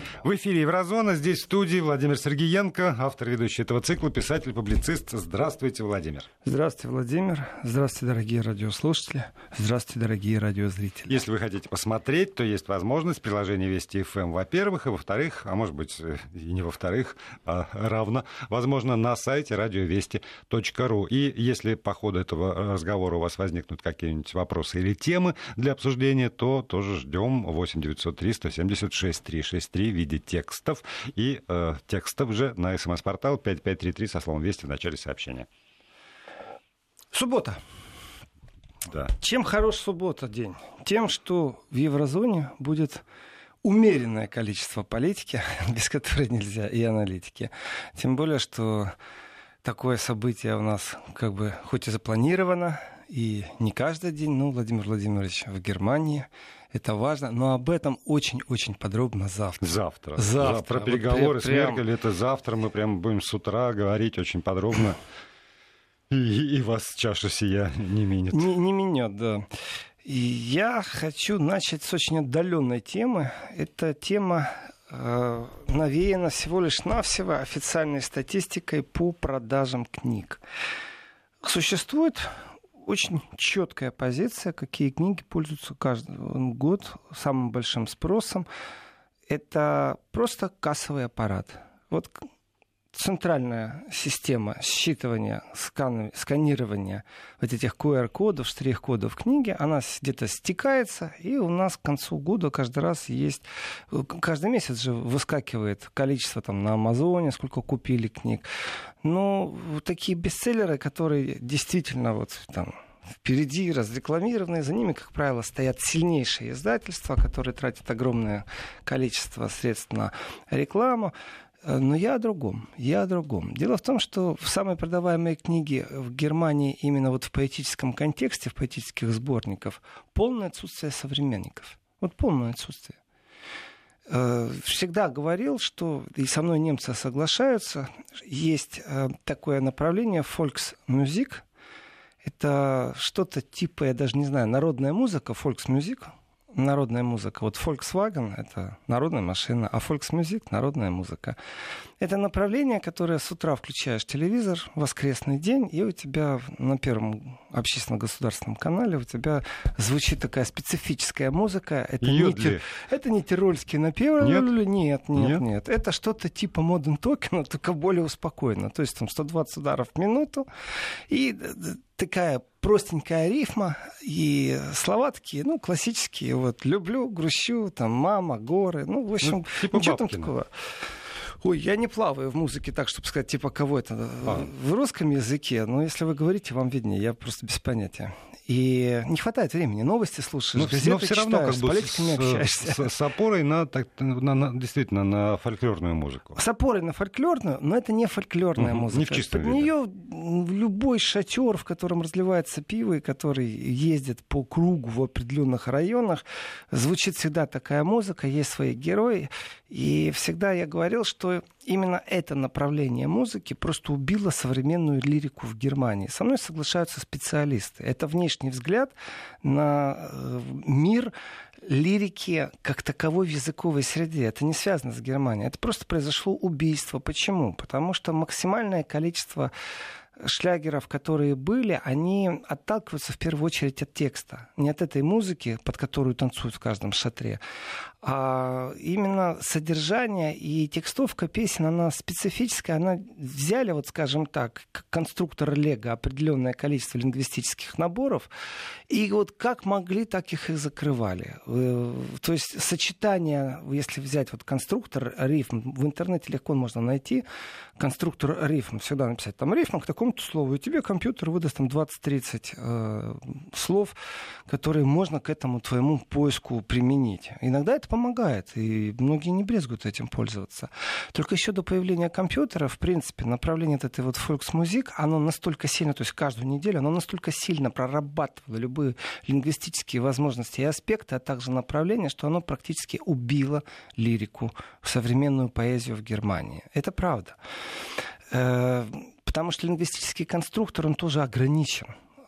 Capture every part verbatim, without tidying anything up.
В эфире «Еврозона». Здесь в студии Владимир Сергеенко, автор и ведущий этого цикла, писатель-публицист. Здравствуйте, Владимир. Здравствуйте, Владимир. Здравствуйте, дорогие радиослушатели. Здравствуйте, дорогие радиозрители. Если вы хотите посмотреть, то есть возможность приложения Вести эф эм, во-первых, и во-вторых, а может быть и не во-вторых, а равно, возможно, на сайте радиовести точка ру. И если по ходу этого разговора у вас возникнут какие-нибудь вопросы или темы для обсуждения, то тоже ждем восемь девятьсот три сто семьдесят шесть триста шестьдесят три в виде текстов и э, текстов же на смс-портал пять пять три три со словом «Вести» в начале сообщения. Суббота. Да. Чем хорош суббота день? Тем, что в еврозоне будет умеренное количество политики, без которой нельзя, и аналитики. Тем более, что такое событие у нас как бы хоть и запланировано, и не каждый день, ну, Владимир Владимирович в Германии. Это важно, но об этом очень-очень подробно завтра. Завтра. Завтра. Про переговоры вот с прям... Меркель, это завтра. Мы прям будем с утра говорить очень подробно. И, и вас чаша сия не минет. Не, не минет, да. И я хочу начать с очень отдаленной темы. Эта тема э, навеяна всего лишь навсего официальной статистикой по продажам книг. Существует очень четкая позиция, какие книги пользуются каждый год самым большим спросом. Это просто кассовый аппарат. Вот центральная система считывания, скан... сканирования вот этих ку ар кодов, штрих-кодов книги, она где-то стекается, и у нас к концу года каждый раз есть... Каждый месяц же выскакивает количество там на Амазоне, сколько купили книг. Но такие бестселлеры, которые действительно вот там впереди, разрекламированные, за ними, как правило, стоят сильнейшие издательства, которые тратят огромное количество средств на рекламу. Но я о другом. Я о другом. Дело в том, что в самые продаваемые книги в Германии именно вот в поэтическом контексте, в поэтических сборниках, полное отсутствие современников. Вот полное отсутствие. Всегда говорил, что, и со мной немцы соглашаются, есть такое направление Volksmusik. Это что-то типа, я даже не знаю, народная музыка, Volksmusik. Народная музыка. Вот Volkswagen — это народная машина, а Volksmusik — народная музыка. Это направление, которое с утра включаешь телевизор, воскресный день, и у тебя на первом общественно-государственном канале у тебя звучит такая специфическая музыка. Это, не, тир... это не тирольский напев. Нет? Нет, нет, нет, нет. Это что-то типа Modern Talking, только более успокоенно. То есть там сто двадцать ударов в минуту, и такая простенькая рифма, и слова такие, ну, классические. Вот люблю, грущу, там, мама, горы. Ну, в общем, ну, типа ничего Бабкина. Там такого. Ой, я не плаваю в музыке так, чтобы сказать, типа, кого это а. в русском языке. Но если вы говорите, вам виднее. Я просто без понятия. И не хватает времени. Новости слушаешь, но, газеты но все равно, читаешь, как бы, с политиками с, общаешься. С, с опорой на, так, на, на, действительно, на фольклорную музыку. С опорой на фольклорную, но это не фольклорная угу, музыка. Не в чистом виде. Под нее любой шатер, в котором разливается пиво, и который ездит по кругу в определенных районах, звучит всегда такая музыка, есть свои герои. И всегда я говорил, что именно это направление музыки просто убило современную лирику в Германии. Со мной соглашаются специалисты. Это внешний взгляд на мир лирики как таковой в языковой среде. Это не связано с Германией. Это просто произошло убийство. Почему? Потому что максимальное количество шлягеров, которые были, они отталкиваются в первую очередь от текста. Не от этой музыки, под которую танцуют в каждом шатре, а именно содержание и текстовка песен, она специфическая. Она взяли, вот скажем так, как конструктор Лего определенное количество лингвистических наборов, и вот как могли, так их и закрывали. То есть сочетание, если взять вот конструктор рифм, в интернете легко можно найти конструктор рифм, всегда написать там рифм к такому-то слову, и тебе компьютер выдаст там двадцать-тридцать э, слов, которые можно к этому твоему поиску применить. Иногда это помогает, и многие не брезгуют этим пользоваться. Только еще до появления компьютера, в принципе, направление этой вот Volksmusik, оно настолько сильно, то есть каждую неделю, оно настолько сильно прорабатывало любые лингвистические возможности и аспекты, а также направления, что оно практически убило лирику, современную поэзию в Германии. Это правда. Потому что лингвистический конструктор, он тоже ограничен.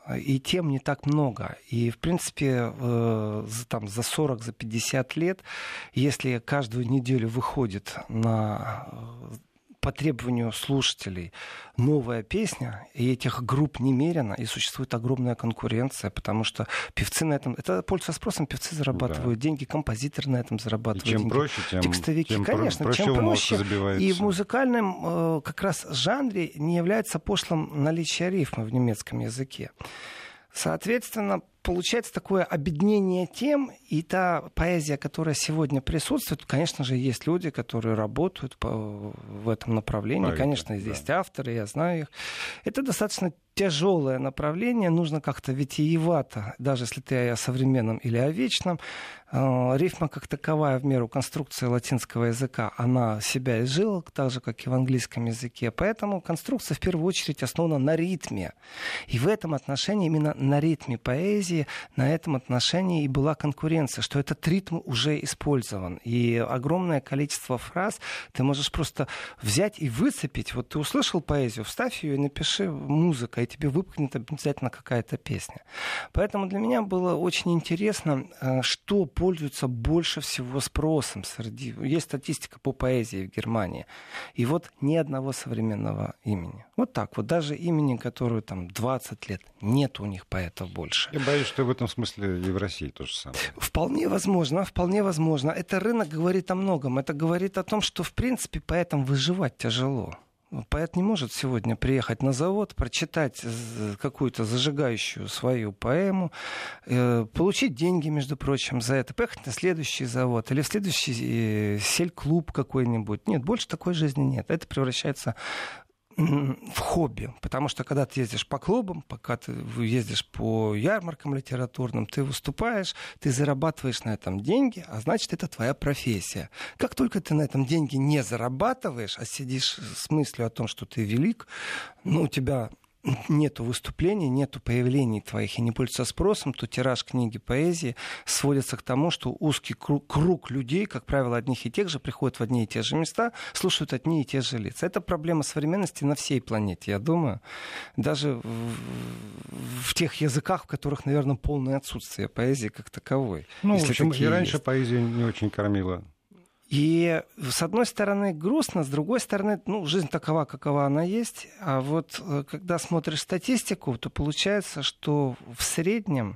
и тем не так много. И, в принципе, э, за, там, за сорок, за пятьдесят лет, если каждую неделю выходит на... по требованию слушателей новая песня, и этих групп немерено, и существует огромная конкуренция, потому что певцы на этом... Это пользуется спросом, певцы зарабатывают да. деньги, композиторы на этом зарабатывают и чем деньги. Проще, тем, текстовики, тем конечно, проще чем проще. забивается. И в музыкальном э, как раз жанре не является пошлым наличие рифма в немецком языке. Соответственно, получается такое объединение тем, и та поэзия, которая сегодня присутствует, конечно же, есть люди, которые работают по, в этом направлении. Поэты, конечно, есть да. авторы, я знаю их. Это достаточно тяжелое направление, нужно как-то витиевато, даже если ты о современном или о вечном. Рифма как таковая в меру конструкции латинского языка, она себя изжила, так же, как и в английском языке. Поэтому конструкция в первую очередь основана на ритме. И в этом отношении, именно на ритме поэзии, на этом отношении и была конкуренция, что этот ритм уже использован. И огромное количество фраз ты можешь просто взять и выцепить. Вот ты услышал поэзию, вставь ее и напиши музыка, и тебе выпрыгнет обязательно какая-то песня. Поэтому для меня было очень интересно, что пользуется больше всего спросом среди... Есть статистика по поэзии в Германии. И вот ни одного современного имени. Вот так вот. Даже имени, которое там двадцать лет, нет у них поэтов больше. Я боюсь, что в этом смысле и в России то же самое. Вполне возможно, вполне возможно. Это рынок говорит о многом. Это говорит о том, что, в принципе, поэтам выживать тяжело. Поэт не может сегодня приехать на завод, прочитать какую-то зажигающую свою поэму, получить деньги, между прочим, за это, поехать на следующий завод или в следующий сель-клуб какой-нибудь. Нет, больше такой жизни нет. Это превращается в хобби, потому что когда ты ездишь по клубам, пока ты ездишь по ярмаркам литературным, ты выступаешь, ты зарабатываешь на этом деньги, а значит, это твоя профессия. Как только ты на этом деньги не зарабатываешь, а сидишь с мыслью о том, что ты велик, ну, у тебя нету выступлений, нету появлений твоих и не пользуется спросом, то тираж книги поэзии сводится к тому, что узкий круг, круг людей, как правило, одних и тех же, приходят в одни и те же места, слушают одни и те же лица. Это проблема современности на всей планете, я думаю. Даже в, в тех языках, в которых, наверное, полное отсутствие поэзии как таковой. Ну, в общем, и раньше есть. Поэзия не очень кормила. И с одной стороны грустно, с другой стороны, ну, жизнь такова, какова она есть. А вот когда смотришь статистику, то получается, что в среднем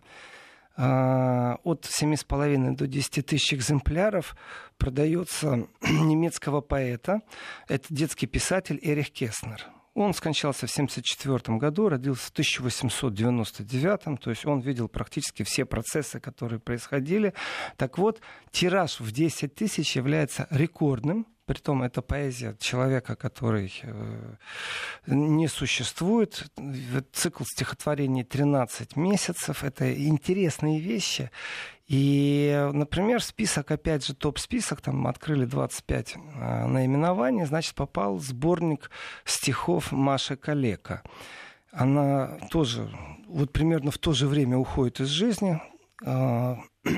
э, от семи с половиной до десяти тысяч экземпляров продается немецкого поэта. Это детский писатель Эрих Кеснер. Он скончался в семьдесят четвёртом году, родился в тысяча восемьсот девяносто девятом, то есть он видел практически все процессы, которые происходили. Так вот, тираж в десять тысяч является рекордным. Притом это поэзия человека, который э, не существует. Цикл стихотворений тринадцать месяцев. Это интересные вещи. И, например, список, опять же, топ-список, там открыли двадцать пять э, наименований, значит, попал сборник стихов Маши Калеко. Она тоже вот примерно в то же время уходит из жизни. Э,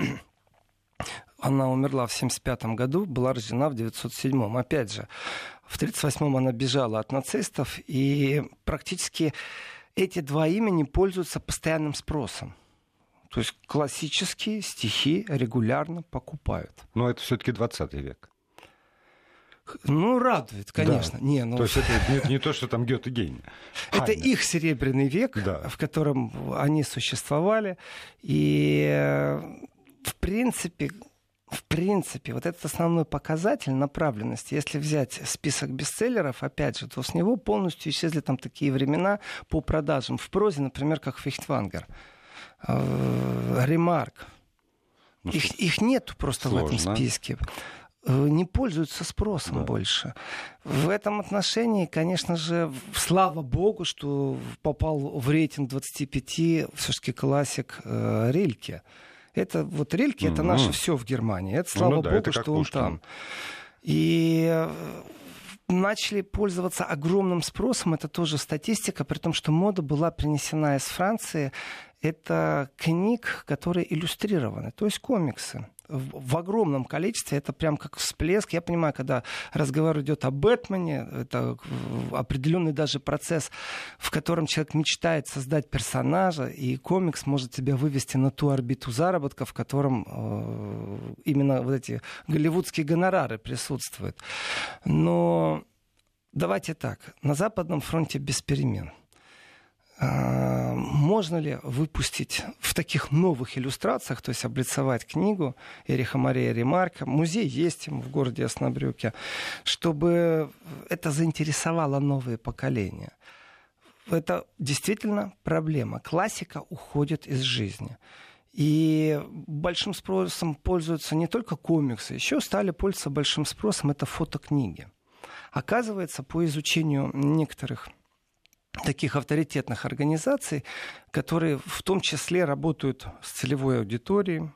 Она умерла в семьдесят пятом году, была рождена в девятьсот седьмом. Опять же, в тридцать восьмом она бежала от нацистов, и практически эти два имени пользуются постоянным спросом. То есть классические стихи регулярно покупают. Но это все-таки двадцатый век. Ну, радует, конечно. Да. Не, ну... То есть это не, не то, что там Гёте гений. Это Хайне. Их серебряный век, да. В котором они существовали. И, в принципе... В принципе, вот этот основной показатель направленности, если взять список бестселлеров, опять же, то с него полностью исчезли там такие времена по продажам в прозе, например, как Фейхтвангер, Ремарк. Ну, их, их нету просто сложно. В этом списке. Не пользуются спросом да. больше. В этом отношении, конечно же, слава богу, что попал в рейтинг двадцати пяти все-таки классик э, Рильке. Это вот Рильке, mm-hmm. это наше все в Германии. Это слава ну, да, богу, это что он Пушкин. Там. И начали пользоваться огромным спросом. Это тоже статистика, при том, что мода была принесена из Франции. это книг, которые иллюстрированы, то есть комиксы. В огромном количестве, это прям как всплеск. Я понимаю, когда разговор идет о Бэтмене, это определенный даже процесс, в котором человек мечтает создать персонажа, и комикс может тебя вывести на ту орбиту заработка, в котором э, именно вот эти голливудские гонорары присутствуют. Но давайте так, на Западном фронте без перемен. Можно ли выпустить в таких новых иллюстрациях, то есть облицовать книгу Эриха Мария Ремарка, музей есть в городе Оснобрюке, чтобы это заинтересовало новые поколения? Это действительно проблема. Классика уходит из жизни. И большим спросом пользуются не только комиксы, еще стали пользоваться большим спросом это фотокниги. Оказывается, по изучению некоторых таких авторитетных организаций, которые в том числе работают с целевой аудиторией,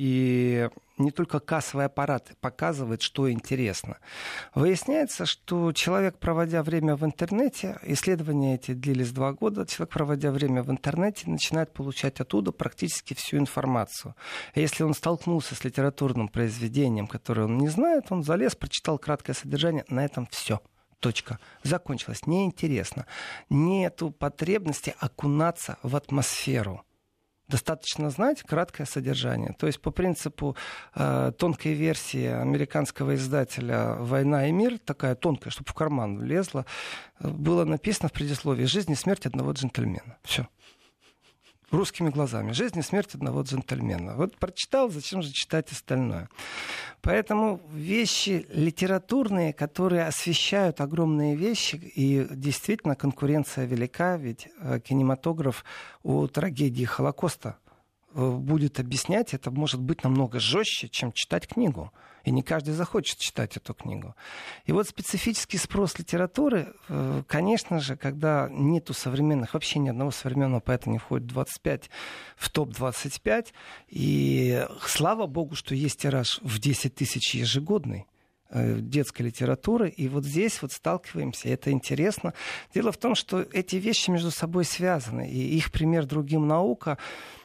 и не только кассовый аппарат показывает, что интересно. Выясняется, что человек, проводя время в интернете, исследования эти длились два года, человек, проводя время в интернете, начинает получать оттуда практически всю информацию. И если он столкнулся с литературным произведением, которое он не знает, он залез, прочитал краткое содержание, на этом все. Точка. Закончилось. Неинтересно. Нету потребности окунаться в атмосферу. Достаточно знать краткое содержание. То есть по принципу э, тонкой версии американского издателя «Война и мир», такая тонкая, чтобы в карман влезла, было написано в предисловии «Жизнь и смерть одного джентльмена». Все. Русскими глазами. Жизнь и смерть одного джентльмена. Вот прочитал, зачем же читать остальное? Поэтому вещи литературные, которые освещают огромные вещи, и действительно конкуренция велика, ведь кинематограф о трагедии Холокоста будет объяснять, это может быть намного жестче, чем читать книгу. И не каждый захочет читать эту книгу. И вот специфический спрос литературы, конечно же, когда нету современных, вообще ни одного современного поэта не входит в двадцать пять, в топ двадцать пять. И слава богу, что есть тираж в десять тысяч ежегодный детской литературы, и вот здесь вот сталкиваемся, это интересно. Дело в том, что эти вещи между собой связаны, и их пример другим наука.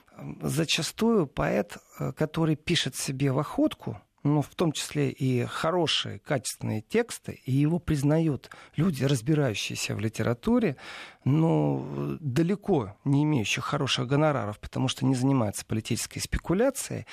Зачастую поэт, который пишет себе в охотку, ну, в том числе и хорошие, качественные тексты, и его признают люди, разбирающиеся в литературе, но далеко не имеющие хороших гонораров, потому что не занимаются политической спекуляцией,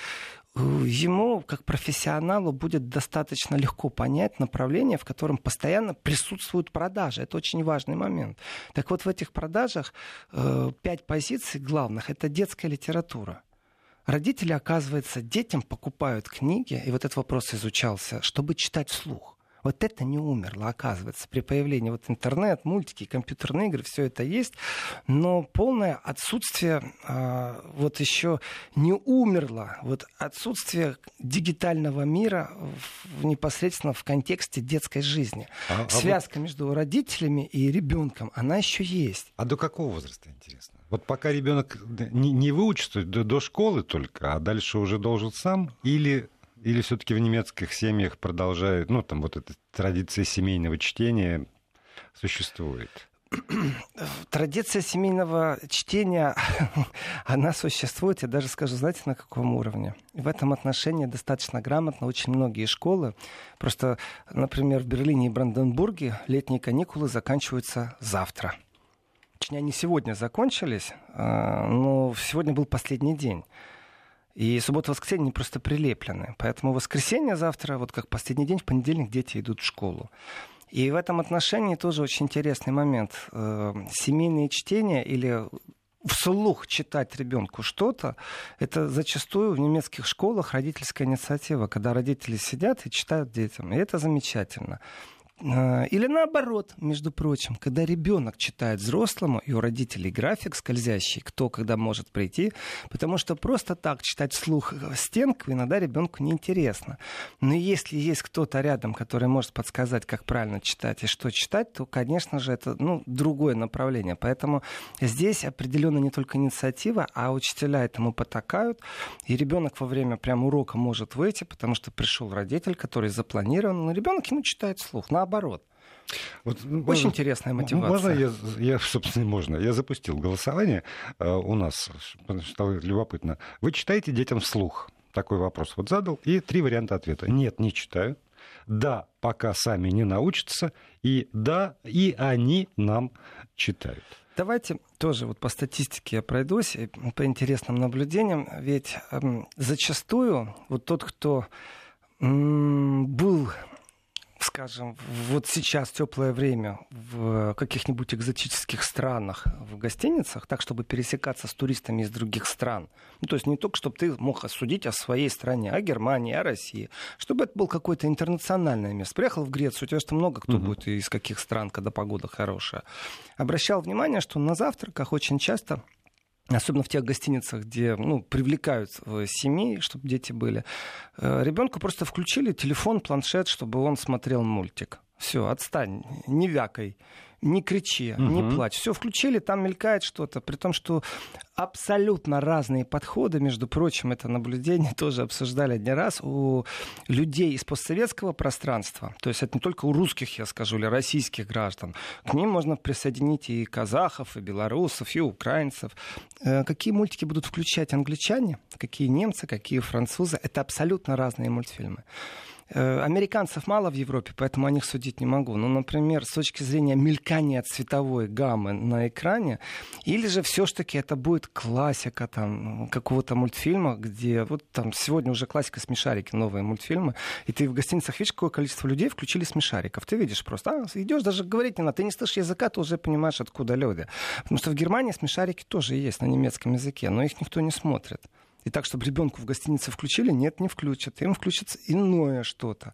ему, как профессионалу, будет достаточно легко понять направление, в котором постоянно присутствуют продажи. Это очень важный момент. Так вот, в этих продажах э, пять позиций главных — это детская литература. Родители, оказывается, детям покупают книги, и вот этот вопрос изучался, чтобы читать вслух. Вот это не умерло, оказывается. При появлении вот интернет, мультики, компьютерные игры, все это есть. Но полное отсутствие, а, вот еще не умерло, вот отсутствие дигитального мира в, непосредственно в контексте детской жизни. А, Связка а вот... между родителями и ребенком, она еще есть. А до какого возраста, интересно? Вот пока ребенок не, не выучится до, до школы только, а дальше уже должен сам, или... Или все-таки в немецких семьях продолжают, ну, там вот эта традиция семейного чтения существует? Традиция семейного чтения, она существует, я даже скажу, знаете, на каком уровне? В этом отношении достаточно грамотно очень многие школы. Просто, например, в Берлине и Бранденбурге летние каникулы заканчиваются завтра. Точнее, они сегодня закончились, но сегодня был последний день. И суббота-воскресенье не просто прилеплены. Поэтому воскресенье завтра, вот как последний день, в понедельник дети идут в школу. И в этом отношении тоже очень интересный момент. Семейные чтения или вслух читать ребенку что-то, это зачастую в немецких школах родительская инициатива, когда родители сидят и читают детям. И это замечательно. Или наоборот, между прочим, когда ребенок читает взрослому, и у родителей график скользящий, кто когда может прийти, потому что просто так читать вслух стенку иногда ребенку неинтересно. Но если есть кто-то рядом, который может подсказать, как правильно читать и что читать, то, конечно же, это ну, другое направление. Поэтому здесь определенно не только инициатива, а учителя этому потакают, и ребенок во время прям урока может выйти, потому что пришел родитель, который запланирован, но ребенок ему читает вслух. Наоборот. Вот, Очень можно, интересная мотивация. Можно я, я, собственно, можно. Я запустил голосование э, у нас, стало любопытно. Вы читаете детям вслух? Такой вопрос вот задал, и три варианта ответа. Нет, не читаю. Да, пока сами не научатся. И да, и они нам читают. Давайте тоже вот по статистике я пройдусь, по интересным наблюдениям. Ведь эм, зачастую вот тот, кто м- был... скажем, вот сейчас теплое время в каких-нибудь экзотических странах, в гостиницах, так, чтобы пересекаться с туристами из других стран. Ну, то есть не только, чтобы ты мог осудить о своей стране, о Германии, о России, чтобы это был какое-то интернациональное место. Приехал в Грецию, у тебя что много кто uh-huh. будет и из каких стран, когда погода хорошая. Обращал внимание, что на завтраках очень часто... Особенно в тех гостиницах, где ну, привлекают семьи, чтобы дети были. Ребенку просто включили телефон, планшет, чтобы он смотрел мультик. Все, отстань, не вякай, не кричи, угу. не плачь. Все включили, там мелькает что-то. При том, что абсолютно разные подходы, между прочим, это наблюдение тоже обсуждали не раз, у людей из постсоветского пространства. То есть это не только у русских, я скажу, или российских граждан. К ним можно присоединить и казахов, и белорусов, и украинцев. Какие мультики будут включать англичане, какие немцы, какие французы. Это абсолютно разные мультфильмы. Американцев мало в Европе, поэтому о них судить не могу. Но, например, с точки зрения мелькания цветовой гаммы на экране, или же все-таки это будет классика там, какого-то мультфильма, где вот там сегодня уже классика «Смешарики», новые мультфильмы, и ты в гостиницах видишь, какое количество людей включили «Смешариков». Ты видишь просто, а, идешь, даже говорить не надо, ты не слышишь языка, ты уже понимаешь, откуда люди. Потому что в Германии «Смешарики» тоже есть на немецком языке, но их никто не смотрит. И так, чтобы ребенку в гостинице включили, нет, не включат. Им включится иное что-то.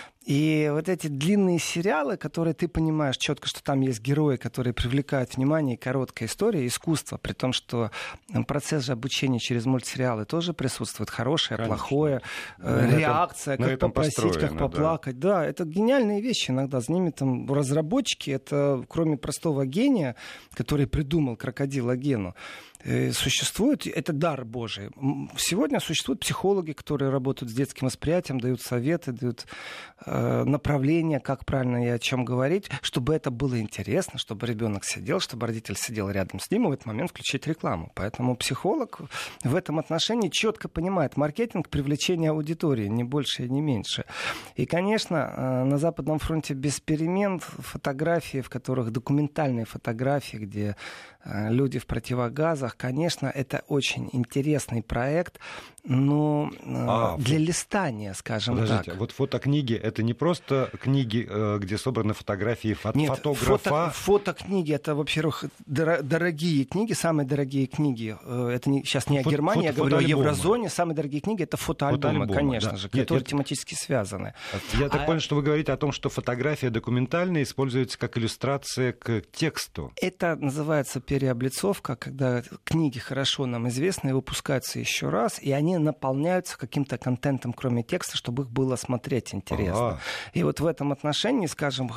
И вот эти длинные сериалы, которые ты понимаешь четко, что там есть герои, которые привлекают внимание, и короткая история, искусство, при том, что процесс же обучения через мультсериалы тоже присутствует, хорошее, Конечно. плохое, на реакция, этом, как попросить, как поплакать. Да. да, это гениальные вещи иногда. За ними там разработчики, это кроме простого гения, который придумал крокодила Гену, существует, это дар Божий. Сегодня существуют психологи, которые работают с детским восприятием, дают советы, дают э, направления, как правильно и о чем говорить, чтобы это было интересно, чтобы ребенок сидел, чтобы родитель сидел рядом с ним и в этот момент включить рекламу. Поэтому психолог в этом отношении четко понимает маркетинг, привлечение аудитории, не больше и не меньше. И, конечно, э, на Западном фронте без перемен фотографии, в которых документальные фотографии, где э, люди в противогазах, конечно, это очень интересный проект, но а, для фо... листания, скажем Подождите, так. Вот фотокниги — это не просто книги, где собраны фотографии фо... Нет, фотографа? Фото... Фотокниги — это, во-первых, дор- дорогие книги, самые дорогие книги. Это не, сейчас не о Фо- Германии, фото- я говорю о Еврозоне. Самые дорогие книги — это фотоальбомы, фотоальбомы конечно да. же, Нет, которые это... тематически связаны. Я так а... понял, что вы говорите о том, что фотография документальная используется как иллюстрация к тексту. Это называется переоблицовка, когда книги хорошо нам известны, выпускаются еще раз, и они наполняются каким-то контентом, кроме текста, чтобы их было смотреть интересно. Ага. И вот в этом отношении, скажем,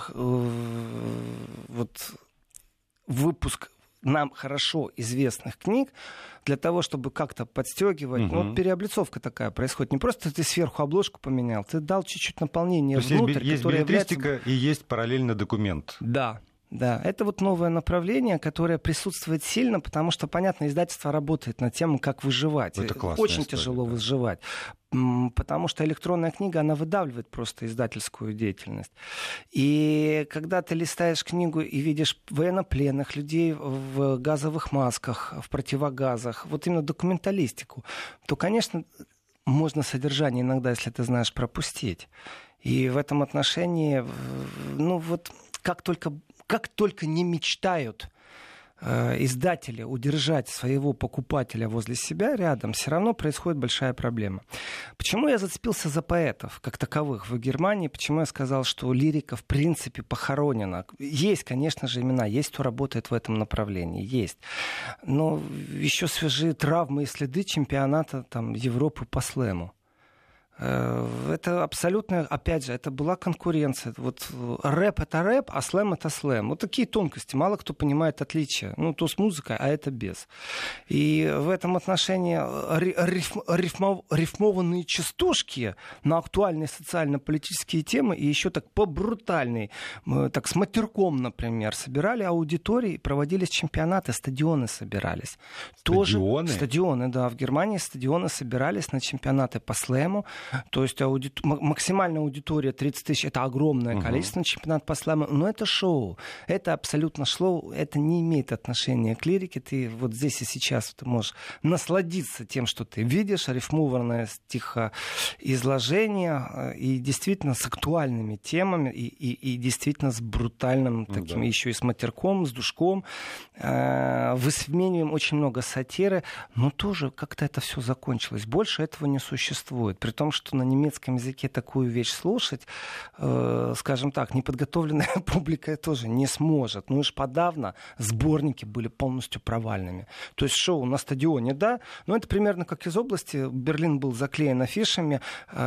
вот выпуск нам хорошо известных книг, для того, чтобы как-то подстегивать. Угу. Ну, переоблицовка такая происходит. Не просто ты сверху обложку поменял, ты дал чуть-чуть наполнение То внутрь. Есть беллетристика является... и есть параллельно документ. Да. Да, это вот новое направление, которое присутствует сильно, потому что, понятно, издательство работает над тем, как выживать. Это классная Очень история, тяжело да. выживать, потому что электронная книга, она выдавливает просто издательскую деятельность. И когда ты листаешь книгу и видишь военнопленных людей в газовых масках, в противогазах, вот именно документалистику, то, конечно, можно содержание иногда, если ты знаешь, пропустить. И в этом отношении, ну вот, как только... Как только не мечтают э, издатели удержать своего покупателя возле себя рядом, все равно происходит большая проблема. Почему я зацепился за поэтов, как таковых, в Германии? Почему я сказал, что лирика в принципе похоронена? Есть, конечно же, имена, есть кто работает в этом направлении, есть. Но еще свежие травмы и следы чемпионата там, Европы по слэму. Это абсолютно, опять же, это была конкуренция. Вот рэп — это рэп, а слэм — это слэм. Вот такие тонкости. Мало кто понимает отличия. Ну, то с музыкой, а это без. И в этом отношении рифм, рифмов, рифмованные частушки на актуальные социально-политические темы и еще так по-брутальной, так с матерком, например, собирали аудитории, проводились чемпионаты, стадионы собирались. Стадионы? Тоже, стадионы, да. В Германии стадионы собирались на чемпионаты по слэму. То есть ауди... максимальная аудитория тридцать тысяч, это огромное uh-huh. количество на чемпионат по слэму, но это шоу, это абсолютно шоу, это не имеет отношения к лирике. Ты вот здесь и сейчас ты можешь насладиться тем, что ты видишь, рифмованное стихоизложение, и действительно с актуальными темами, и, и, и действительно с брутальным ну, таким, да. еще и с матерком, с душком, э, высмеиваем очень много сатиры, но тоже как-то это все закончилось. Больше этого не существует. При том, что на немецком языке такую вещь слушать, э, скажем так, неподготовленная публика тоже не сможет. Ну и ж подавно сборники были полностью провальными. То есть шоу на стадионе, да, но это примерно как из области. Берлин был заклеен афишами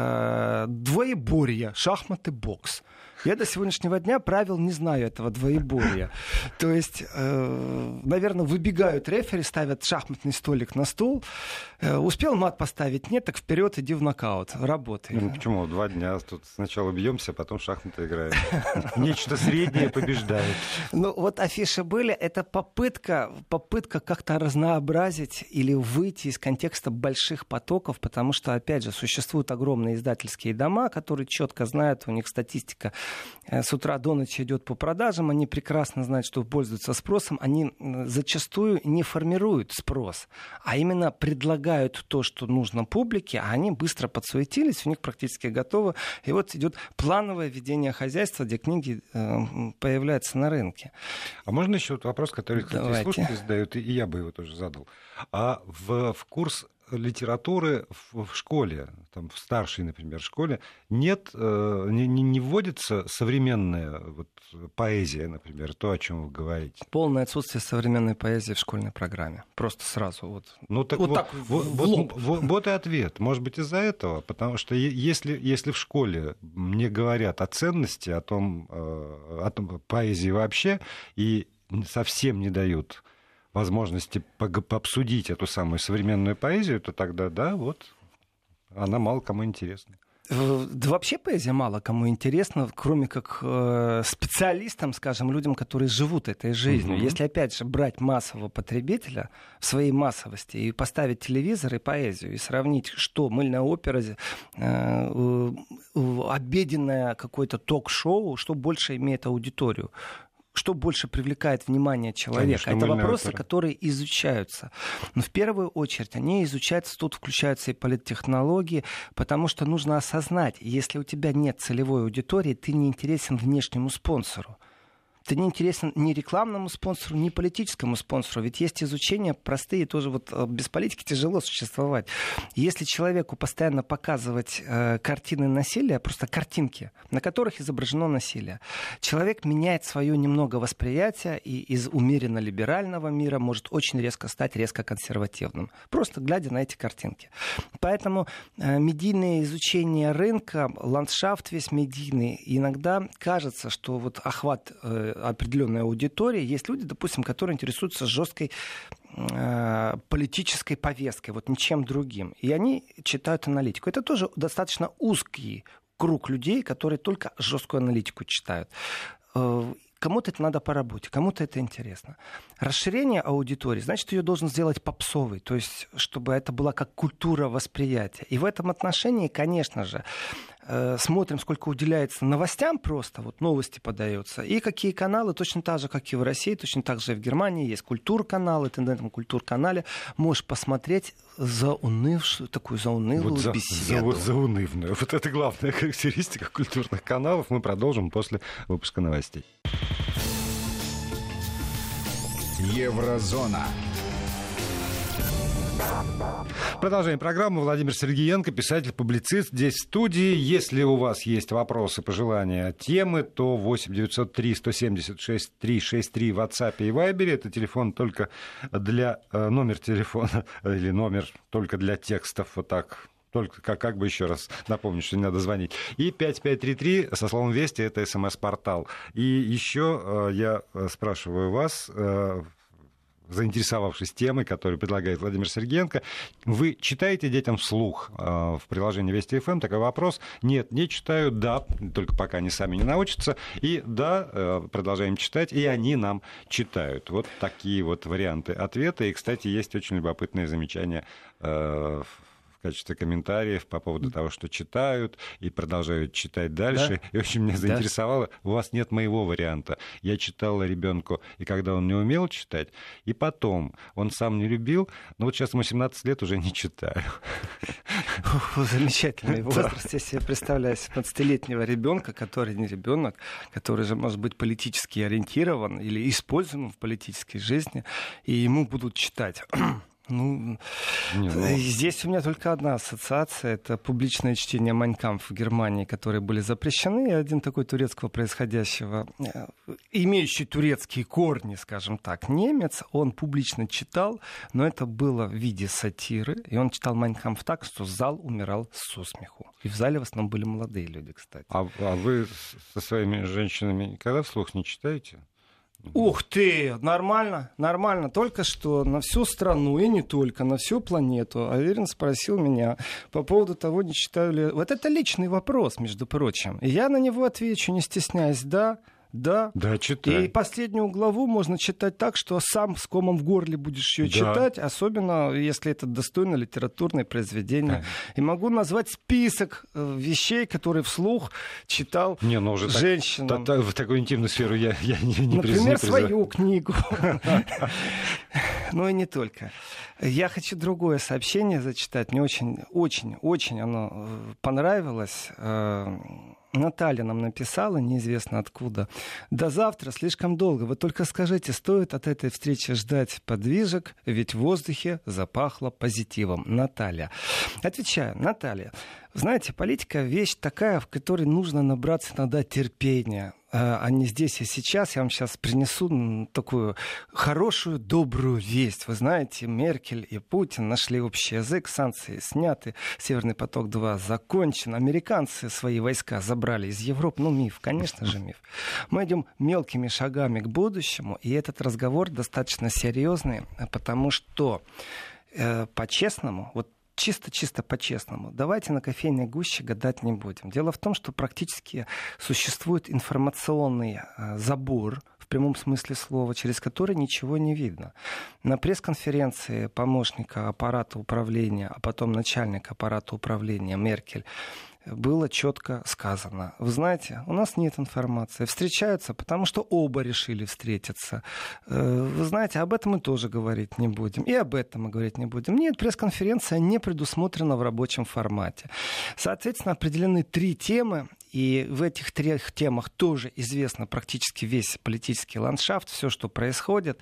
э, «Двоеборье, шахматы, бокс». Я до сегодняшнего дня правил не знаю этого двоеборья. То есть, э, наверное, выбегают рефери, ставят шахматный столик на стул. Э, успел мат поставить? Нет, так вперед, иди в нокаут. Работай. Ну, почему? Два дня тут сначала бьемся, а потом в шахматы играем. Нечто среднее побеждает. Ну, вот афиши были. Это попытка, попытка как-то разнообразить или выйти из контекста больших потоков, потому что, опять же, существуют огромные издательские дома, которые четко знают, у них статистика с утра до ночи идет по продажам, они прекрасно знают, что пользуются спросом, они зачастую не формируют спрос, а именно предлагают то, что нужно публике, а они быстро подсуетились, у них практически готово, и вот идет плановое ведение хозяйства, где книги э, появляются на рынке. А можно еще вот вопрос, который кстати, слушатели задают, и я бы его тоже задал. А в, в курс литературы в, в школе, там, в старшей, например, школе, нет, э, не, не вводится современная вот, поэзия, например, то, о чем вы говорите? Полное отсутствие современной поэзии в школьной программе. Просто сразу. Вот, ну, так вот, вот так вот, в вот, вот, вот и ответ. Может быть, из-за этого. Потому что если, если в школе мне говорят о ценности, о том, э, о том поэзии вообще, и совсем не дают возможности пообсудить эту самую современную поэзию, то тогда, да, вот, она мало кому интересна. Да вообще поэзия мало кому интересна, кроме как э, специалистам, скажем, людям, которые живут этой жизнью. Mm-hmm. Если, опять же, брать массового потребителя в своей массовости и поставить телевизор и поэзию, и сравнить, что мыльная опера, э, э, обеденное какое-то ток-шоу, что больше имеет аудиторию. Что больше привлекает внимание человека? Конечно, это вопросы, опера. Которые изучаются. Но в первую очередь они изучаются, тут включаются и политтехнологии, потому что нужно осознать, если у тебя нет целевой аудитории, ты не интересен внешнему спонсору. Ты не интересен ни рекламному спонсору, ни политическому спонсору. Ведь есть изучения простые, тоже вот без политики тяжело существовать. Если человеку постоянно показывать э, картины насилия, просто картинки, на которых изображено насилие, человек меняет свое немного восприятие и из умеренно либерального мира может очень резко стать резко консервативным. Просто глядя на эти картинки. Поэтому э, медийное изучение рынка, ландшафт весь медийный, иногда кажется, что вот охват э, определенной аудитории. Есть люди, допустим, которые интересуются жесткой э, политической повесткой, вот ничем другим. И они читают аналитику. Это тоже достаточно узкий круг людей, которые только жесткую аналитику читают. Э, Кому-то это надо по работе, кому-то это интересно. Расширение аудитории, значит, ее должен сделать попсовой, то есть, чтобы это была как культура восприятия. И в этом отношении, конечно же, э, смотрим, сколько уделяется новостям просто, вот новости подаются, и какие каналы, точно так же, как и в России, точно так же и в Германии, есть культур-каналы, ты на этом культур-канале можешь посмотреть заунывшую, такую заунывную вот беседу. За, за, заунывную. Вот это главная характеристика культурных каналов. Мы продолжим после выпуска новостей. Еврозона. Продолжаем программу. Владимир Сергеенко, писатель-публицист, здесь в студии. Если у вас есть вопросы, пожелания, темы, то восемь девятьсот три сто семьдесят шесть триста шестьдесят три в WhatsApp и Viber. Это телефон только для... Номер телефона или номер только для текстов. Вот так только как, как бы еще раз напомнить, что не надо звонить. И пять пять три три со словом «Вести» — это СМС-портал. И еще я спрашиваю вас, заинтересовавшись темой, которую предлагает Владимир Сергеенко, вы читаете детям вслух в приложении Вести эф эм? Такой вопрос. Нет, не читаю, да, только пока они сами не научатся. И да, продолжаем читать, и они нам читают. Вот такие вот варианты ответа. И, кстати, есть очень любопытные замечания в качестве комментариев по поводу того, что читают и продолжают читать дальше. Да? И очень меня заинтересовало, да. У вас нет моего варианта. Я читала ребенку, и когда он не умел читать, и потом он сам не любил, но вот сейчас ему семнадцать лет, уже не читаю. Замечательный возраст. Я себе представляю семнадцатилетнего ребенка, который не ребенок, который же может быть политически ориентирован или использован в политической жизни, и ему будут читать. Ну, не, ну, здесь у меня только одна ассоциация. Это публичное чтение «Майн кампф» в Германии, которые были запрещены. И один такой турецкого происходящего, имеющий турецкие корни, скажем так, немец, он публично читал, но это было в виде сатиры. И он читал «Майн кампф» так, что зал умирал со смеху. И в зале в основном были молодые люди, кстати. А, а вы со своими женщинами никогда вслух не читаете? Ух ты, нормально, нормально. Только что на всю страну, и не только, на всю планету Аверин спросил меня по поводу того, не читаю ли... Вот это личный вопрос, между прочим. И я на него отвечу, не стесняясь, да. Да. Да, читай. И последнюю главу можно читать так, что сам с комом в горле будешь ее да. читать, особенно если это достойное литературное произведение. Да. И могу назвать список вещей, которые вслух читал не, ну, уже женщинам. Так, в такую интимную сферу я, я не, не Например, приз... свою книгу. Ну и не только. Я хочу другое сообщение зачитать. Мне очень, очень, очень оно понравилось. Наталья нам написала, неизвестно откуда. До завтра слишком долго. Вы только скажите, стоит от этой встречи ждать подвижек, ведь в воздухе запахло позитивом. Наталья. Отвечаю, Наталья. Знаете, политика — вещь такая, в которой нужно набраться иногда терпения. А не здесь и сейчас. Я вам сейчас принесу такую хорошую, добрую весть. Вы знаете, Меркель и Путин нашли общий язык, санкции сняты, Северный поток-два закончен, американцы свои войска забрали из Европы. Ну, миф, конечно же, миф. Мы идем мелкими шагами к будущему, и этот разговор достаточно серьезный, потому что э, по-честному, вот чисто-чисто по-честному. Давайте на кофейной гуще гадать не будем. Дело в том, что практически существует информационный э, забор, в прямом смысле слова, через который ничего не видно. На пресс-конференции помощника аппарата управления, а потом начальника аппарата управления Меркель было четко сказано. Вы знаете, у нас нет информации. Встречаются, потому что оба решили встретиться. Вы знаете, об этом мы тоже говорить не будем. И об этом мы говорить не будем. Нет, пресс-конференция не предусмотрена в рабочем формате. Соответственно, определены три темы. И в этих трех темах тоже известно практически весь политический ландшафт, все, что происходит.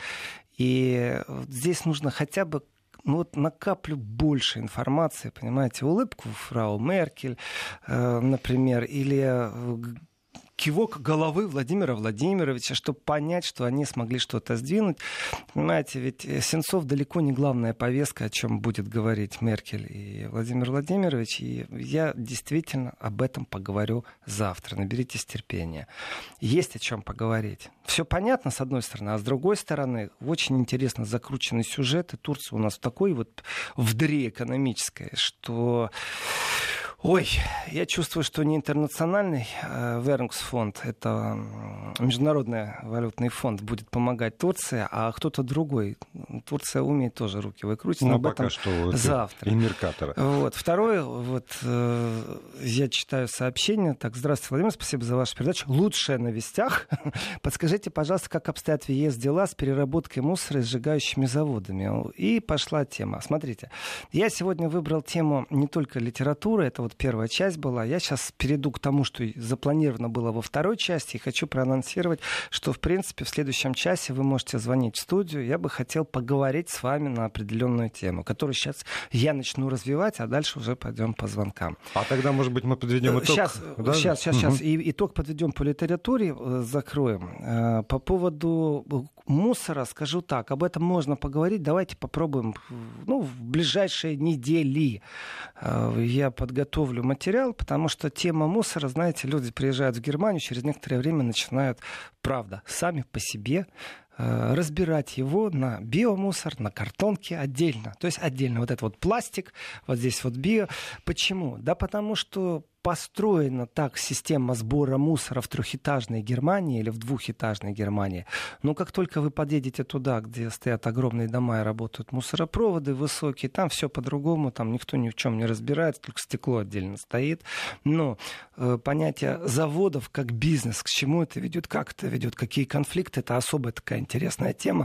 И здесь нужно хотя бы ну вот на каплю больше информации, понимаете, улыбку фрау Меркель, э, например, или кивок головы Владимира Владимировича, чтобы понять, что они смогли что-то сдвинуть. Понимаете, ведь Сенцов далеко не главная повестка, о чем будет говорить Меркель и Владимир Владимирович. И я действительно об этом поговорю завтра. Наберитесь терпения. Есть о чем поговорить. Все понятно, с одной стороны, а с другой стороны, очень интересно закрученный сюжет. И Турция у нас в такой вот в дыре экономической, что... Ой, я чувствую, что не интернациональный э, Währungsfonds, это Международный валютный фонд, будет помогать Турции, а кто-то другой. Турция умеет тоже руки выкрутить, но ну, об этом что завтра. И Меркатора. Вот. Второе, вот, э, я читаю сообщение. Так, здравствуйте, Владимир, спасибо за вашу передачу. Лучшее на вестях. Подскажите, пожалуйста, как обстоят в ЕС дела с переработкой мусора и сжигающими заводами? И пошла тема. Смотрите, я сегодня выбрал тему не только литературы, это вот первая часть была. Я сейчас перейду к тому, что запланировано было во второй части, и хочу проанонсировать, что, в принципе, в следующем часе вы можете звонить в студию. Я бы хотел поговорить с вами на определенную тему, которую сейчас я начну развивать, а дальше уже пойдем по звонкам. А тогда, может быть, мы подведем итог? Сейчас, да? сейчас, сейчас, угу. сейчас. И итог подведем по литературе, закроем. По поводу мусора, скажу так, об этом можно поговорить. Давайте попробуем ну, в ближайшие недели. Я подготовлю материал, потому что тема мусора, знаете, люди приезжают в Германию, через некоторое время начинают, правда, сами по себе разбирать его на биомусор, на картонке отдельно. То есть отдельно вот этот вот пластик, вот здесь вот био. Почему? Да потому что построена так система сбора мусора в трехэтажной Германии или в двухэтажной Германии. Но как только вы подъедете туда, где стоят огромные дома и работают мусоропроводы высокие, там все по-другому, там никто ни в чем не разбирается, только стекло отдельно стоит. Но э, понятие заводов как бизнес, к чему это ведет, как это ведет, какие конфликты, это особая такая интересная тема.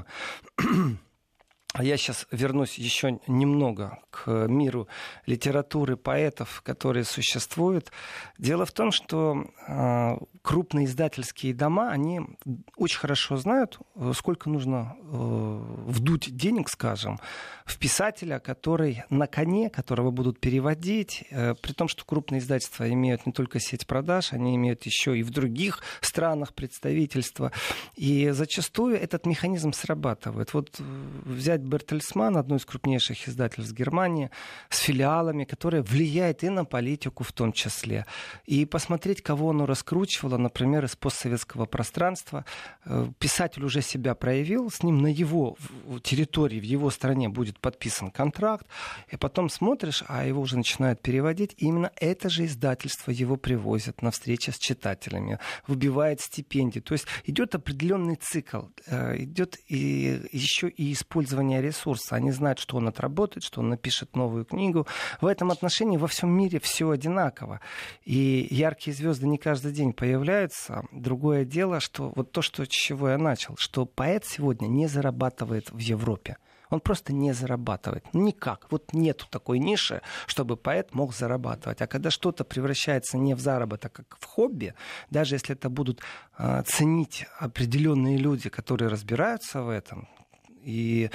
А я сейчас вернусь еще немного к миру литературы, поэтов, которые существуют. Дело в том, что э, крупные издательские дома, они очень хорошо знают, сколько нужно э, вдуть денег, скажем, в писателя, который на коне, которого будут переводить, э, при том, что крупные издательства имеют не только сеть продаж, они имеют еще и в других странах представительства. И зачастую этот механизм срабатывает. Вот взять Бертельсман, одно из крупнейших издательств Германии, с филиалами, которое влияет и на политику в том числе. И посмотреть, кого оно раскручивало, например, из постсоветского пространства. Писатель уже себя проявил, с ним на его территории, в его стране будет подписан контракт, и потом смотришь, а его уже начинают переводить, и именно это же издательство его привозят на встречи с читателями, выбивает стипендии. То есть идет определенный цикл, идет и еще и использование ресурса. Они знают, что он отработает, что он напишет новую книгу. В этом отношении во всем мире все одинаково. И яркие звезды не каждый день появляются. Другое дело, что вот то, что, с чего я начал, что поэт сегодня не зарабатывает в Европе. Он просто не зарабатывает. Никак. Вот нету такой ниши, чтобы поэт мог зарабатывать. А когда что-то превращается не в заработок, а как в хобби, даже если это будут э, ценить определенные люди, которые разбираются в этом, и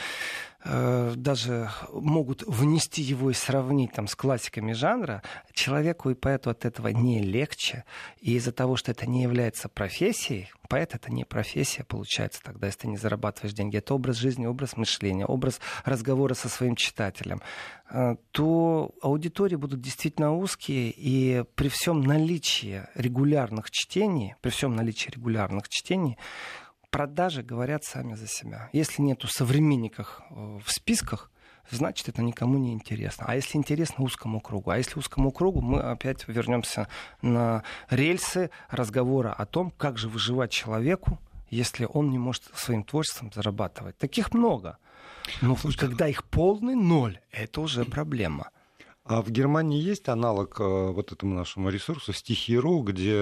э, даже могут внести его и сравнить там, с классиками жанра, человеку и поэту от этого не легче. И из-за того, что это не является профессией, поэт — это не профессия, получается тогда, если ты не зарабатываешь деньги. Это образ жизни, образ мышления, образ разговора со своим читателем. Э, то аудитории будут действительно узкие, и при всем наличии регулярных чтений, при всем наличии регулярных чтений, продажи говорят сами за себя. Если нету современников в списках, значит, это никому не интересно. А если интересно узкому кругу? А если узкому кругу, мы опять вернемся на рельсы разговора о том, как же выживать человеку, если он не может своим творчеством зарабатывать. Таких много. Но Слушайте, когда их полный ноль, это уже проблема. А в Германии есть аналог вот этому нашему ресурсу стихи.ру, где...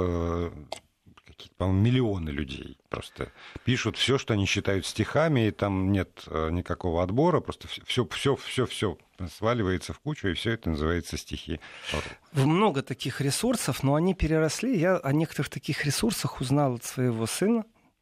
какие-то, по-моему, миллионы людей просто пишут все, что они считают стихами, и там нет никакого отбора, просто все, все, все, все сваливается в кучу, и все это называется стихи. Много таких ресурсов, но они переросли. Я о некоторых таких ресурсах узнал от своего сына.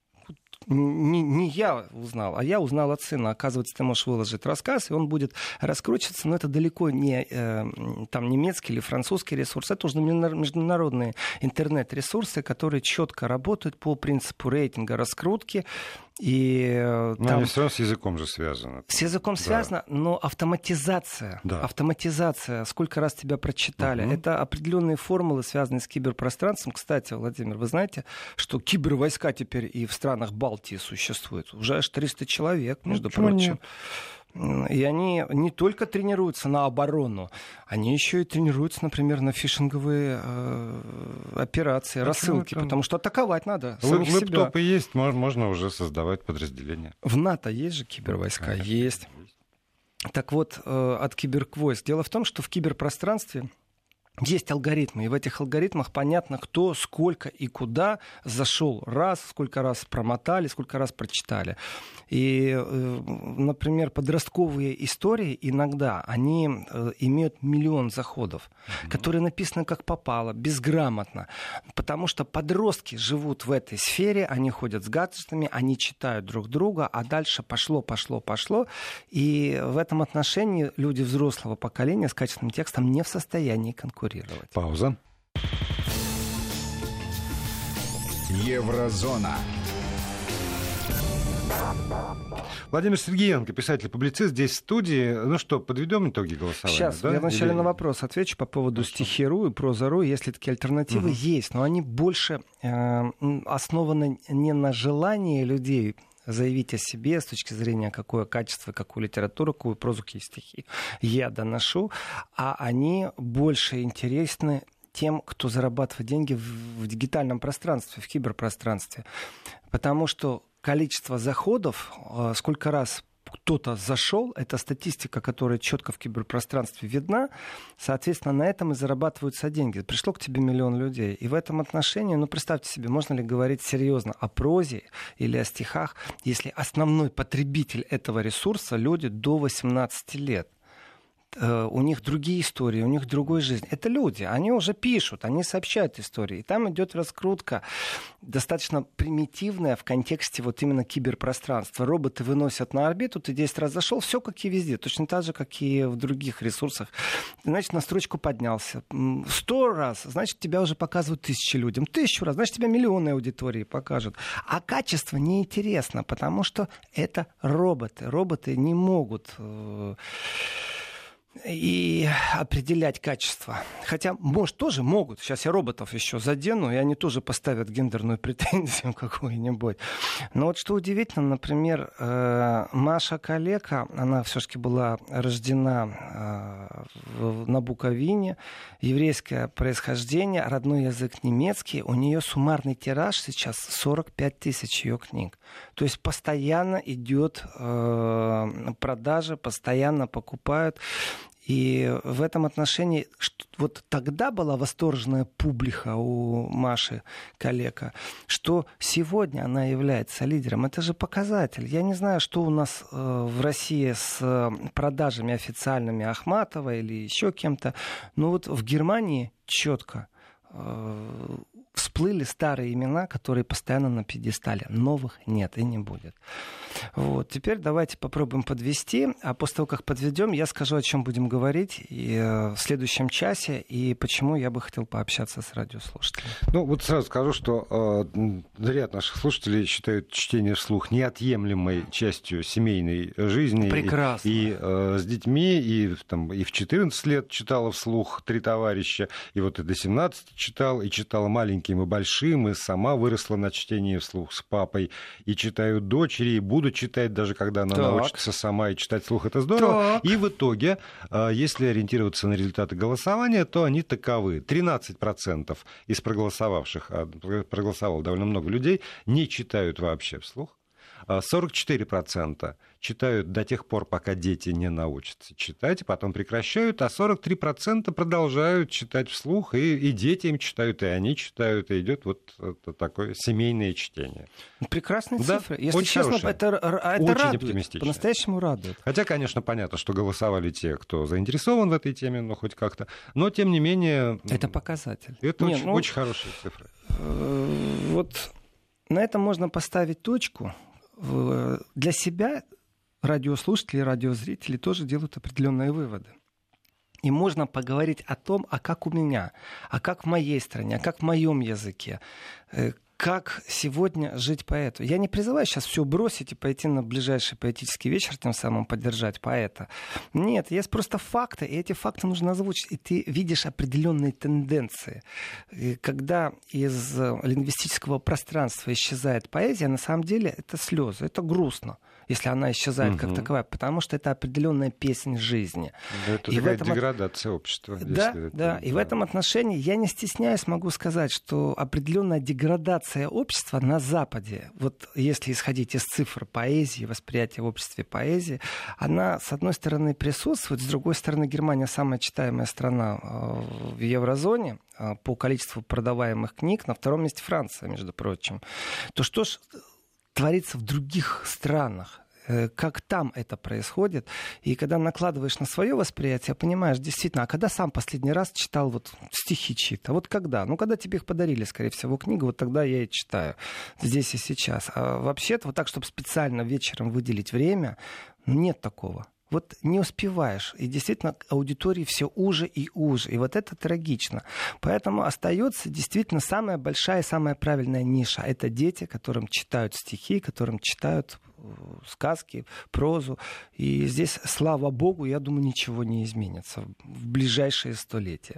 Не, не я узнал, а я узнал от сына. Оказывается, ты можешь выложить рассказ, и он будет раскручиваться, но это далеко не э, там, немецкий или французский ресурс. Это уже международные интернет-ресурсы, которые четко работают по принципу рейтинга раскрутки. И, но там... они все равно с языком же связаны. С языком да. связано, но автоматизация, да. автоматизация, сколько раз тебя прочитали, угу. это определенные формулы, связанные с киберпространством. Кстати, Владимир, вы знаете, что кибервойска теперь и в странах Балтии существуют? Уже аж триста человек, между ну, прочим. Нет? И они не только тренируются на оборону, они еще и тренируются, например, на фишинговые э, операции, а рассылки, потому что атаковать надо самих себя. Лэптопы есть, можно уже создавать подразделения. В НАТО есть же кибервойска? Конечно, есть. есть. Так вот, э, от кибервойск. Дело в том, что в киберпространстве есть алгоритмы, и в этих алгоритмах понятно, кто, сколько и куда зашел раз, сколько раз промотали, сколько раз прочитали. И, например, подростковые истории иногда, они имеют миллион заходов, mm-hmm. которые написаны как попало, безграмотно, потому что подростки живут в этой сфере, они ходят с гаджетами, они читают друг друга, а дальше пошло, пошло, пошло, и в этом отношении люди взрослого поколения с качественным текстом не в состоянии конкурировать. Пауза. Еврозона. Владимир Сергеенко, писатель-публицист, здесь в студии. Ну что, подведем итоги голосования? Сейчас, да? я вначале Или... на вопрос отвечу по поводу стихи.ру и проза.ру. Если такие альтернативы угу. есть, но они больше э, основаны не на желании людей заявить о себе с точки зрения, какое качество, какую литературу, какую прозу, какие стихи я доношу, а они больше интересны тем, кто зарабатывает деньги в, в дигитальном пространстве, в киберпространстве. Потому что количество заходов, сколько раз кто-то зашел, это статистика, которая четко в киберпространстве видна, соответственно, на этом и зарабатываются деньги. Пришло к тебе миллион людей. И в этом отношении, ну, представьте себе, можно ли говорить серьезно о прозе или о стихах, если основной потребитель этого ресурса люди до восемнадцати лет. У них другие истории, у них другая жизнь. Это люди, они уже пишут, они сообщают истории. И там идет раскрутка достаточно примитивная в контексте вот именно киберпространства. Роботы выносят на орбиту, ты десять раз зашел, все как и везде, точно так же, как и в других ресурсах. Значит, на строчку поднялся. Сто раз, значит, тебя уже показывают тысячи людям. Тысячу раз, значит, тебя миллионы аудитории покажут. А качество неинтересно, потому что это роботы. Роботы не могут... и определять качество. Хотя, может, тоже могут. Сейчас я роботов еще задену, и они тоже поставят гендерную претензию какую-нибудь. Но вот что удивительно, например, Маша Калека, она все-таки была рождена на Буковине, еврейское происхождение, родной язык немецкий. У нее суммарный тираж сейчас сорок пять тысяч ее книг. То есть постоянно идет продажа, постоянно покупают. И в этом отношении вот тогда была восторженная публика у Маши Калека, что сегодня она является лидером. Это же показатель. Я не знаю, что у нас э, в России с продажами официальными Ахматова или еще кем-то. Но вот в Германии четко э, всплыли старые имена, которые постоянно на пьедестале. Новых нет и не будет. Вот. Теперь давайте попробуем подвести. А после того, как подведем, я скажу, о чем будем говорить и, э, в следующем часе и почему я бы хотел пообщаться с радиослушателями. Ну, вот сразу скажу, что э, ряд наших слушателей считают чтение вслух неотъемлемой частью семейной жизни. Прекрасно. И, и э, с детьми, и, там, и в четырнадцать лет читала вслух три товарища, и вот и до семнадцати читал, и читала маленьким и большим, и сама выросла на чтении вслух с папой, и читают дочери, и буду читать, даже когда она так. научится сама и читать вслух, это здорово. Так. И в итоге, если ориентироваться на результаты голосования, то они таковы. тринадцать процентов из проголосовавших, а проголосовало довольно много людей, не читают вообще вслух. сорок четыре процента читают до тех пор, пока дети не научатся читать, потом прекращают, а сорок три процента продолжают читать вслух, и, и дети им читают, и они читают, и идет вот такое семейное чтение. Прекрасные да? цифры. Если очень честно, хорошие. это, это очень радует, оптимистично. По-настоящему радует. Хотя, конечно, понятно, что голосовали те, кто заинтересован в этой теме, ну, хоть как-то, но, тем не менее... Это показатель. Это Не, очень, ну, очень хорошие цифры. Вот на этом можно поставить точку. Для себя радиослушатели, радиозрители тоже делают определенные выводы. И можно поговорить о том, а как у меня, а как в моей стране, а как в моем языке, как сегодня жить поэту. Я не призываю сейчас все бросить и пойти на ближайший поэтический вечер, тем самым поддержать поэта. Нет, есть просто факты, и эти факты нужно озвучить. И ты видишь определенные тенденции. И когда из лингвистического пространства исчезает поэзия, на самом деле это слезы, это грустно, если она исчезает угу. как таковая, потому что это определенная песнь жизни. Это и такая в этом... деградация общества. Да, если да. это... И в этом отношении я не стесняюсь, могу сказать, что определенная деградация общества на Западе, вот если исходить из цифр поэзии, восприятия в обществе поэзии, она, с одной стороны, присутствует, с другой стороны, Германия самая читаемая страна в еврозоне по количеству продаваемых книг, на втором месте Франция, между прочим. То что ж творится в других странах? Как там это происходит. И когда накладываешь на свое восприятие, понимаешь, действительно, а когда сам последний раз читал вот стихи чьи-то? Вот когда? Ну, когда тебе их подарили, скорее всего, книгу, вот тогда я и читаю. Здесь и сейчас. А вообще-то вот так, чтобы специально вечером выделить время, нет такого. Вот не успеваешь. И действительно, аудитории все уже и уже. И вот это трагично. Поэтому остается действительно самая большая и самая правильная ниша. Это дети, которым читают стихи, которым читают сказки, прозу. И здесь, слава богу, я думаю, ничего не изменится в ближайшие столетия.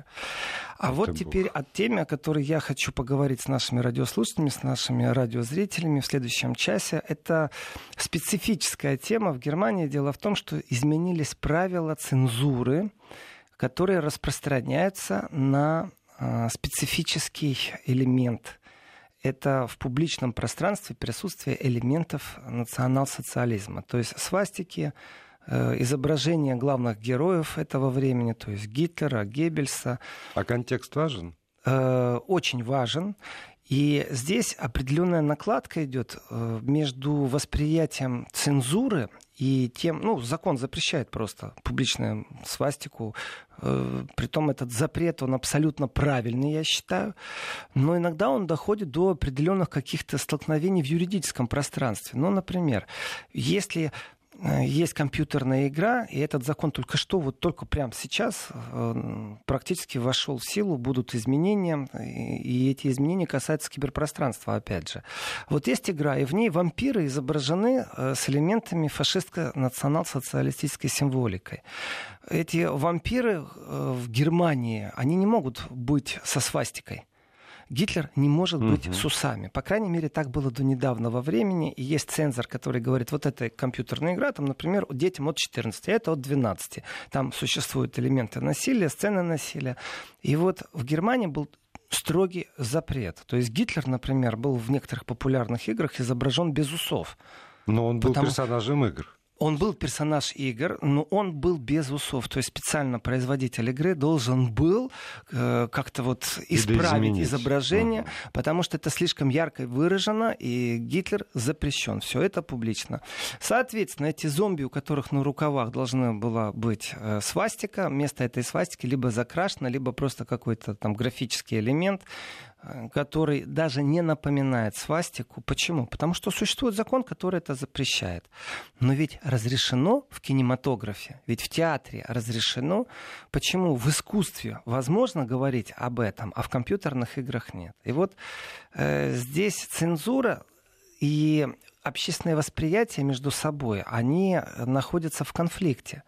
А вот Бог. Теперь о теме, о которой я хочу поговорить с нашими радиослушателями, с нашими радиозрителями в следующем часе. Это специфическая тема в Германии. Дело в том, что изменились правила цензуры, которые распространяются на э, специфический элемент. Это в публичном пространстве присутствие элементов национал-социализма. То есть свастики, э, изображения главных героев этого времени, то есть Гитлера, Геббельса. А контекст важен? Э, очень важен. И здесь определенная накладка идет э, между восприятием цензуры и тем, ну, закон запрещает просто публичную свастику. Э, притом этот запрет, он абсолютно правильный, я считаю. Но иногда он доходит до определенных каких-то столкновений в юридическом пространстве. Ну, например, если есть компьютерная игра, и этот закон только что, вот только прямо сейчас э, практически вошел в силу, будут изменения, и, и эти изменения касаются киберпространства, опять же. Вот есть игра, и в ней вампиры изображены э, с элементами фашистско-национал-социалистической символикой. Эти вампиры э, в Германии, они не могут быть со свастикой. Гитлер не может быть uh-huh. с усами. По крайней мере, так было до недавнего времени. И есть цензор, который говорит, вот эта компьютерная игра, там, например, детям от четырнадцати, а это от двенадцати. Там существуют элементы насилия, сцены насилия. И вот в Германии был строгий запрет. То есть Гитлер, например, был в некоторых популярных играх изображен без усов. Но он был потому... персонажем игр. Он был персонаж игр, но он был без усов. То есть специально производитель игры должен был э, как-то вот исправить изображение, uh-huh. потому что это слишком ярко выражено, и Гитлер запрещен. Все это публично. Соответственно, эти зомби, у которых на рукавах должна была быть э, свастика, вместо этой свастики либо закрашено, либо просто какой-то там графический элемент, который даже не напоминает свастику. Почему? Потому что существует закон, который это запрещает. Но ведь разрешено в кинематографе, ведь в театре разрешено. Почему в искусстве возможно говорить об этом, а в компьютерных играх нет? И вот э, здесь цензура и общественное восприятие между собой, они находятся в конфликте.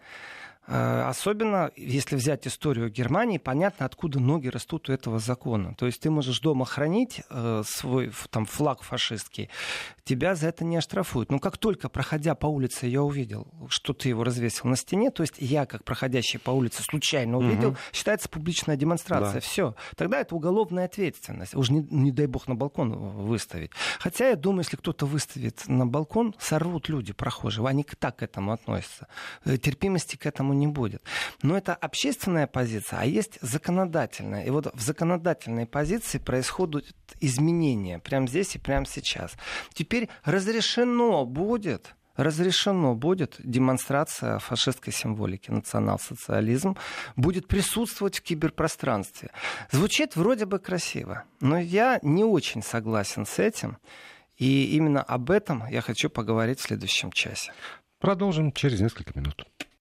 Особенно, если взять историю Германии, понятно, откуда ноги растут у этого закона. То есть ты можешь дома хранить э, свой там, флаг фашистский, тебя за это не оштрафуют. Но как только, проходя по улице, я увидел, что ты его развесил на стене, то есть я, как проходящий по улице, случайно увидел, угу. считается публичная демонстрация. Да. Все. Тогда это уголовная ответственность. Уж не, не дай бог на балкон выставить. Хотя я думаю, если кто-то выставит на балкон, сорвут люди прохожие. Они так к этому относятся. Терпимости к этому не будет. Но это общественная позиция, а есть законодательная. И вот в законодательной позиции происходят изменения прямо здесь и прямо сейчас. Теперь разрешено будет, разрешено будет демонстрация фашистской символики, национал-социализм будет присутствовать в киберпространстве. Звучит вроде бы красиво, но я не очень согласен с этим. И именно об этом я хочу поговорить в следующем часе. Продолжим через несколько минут.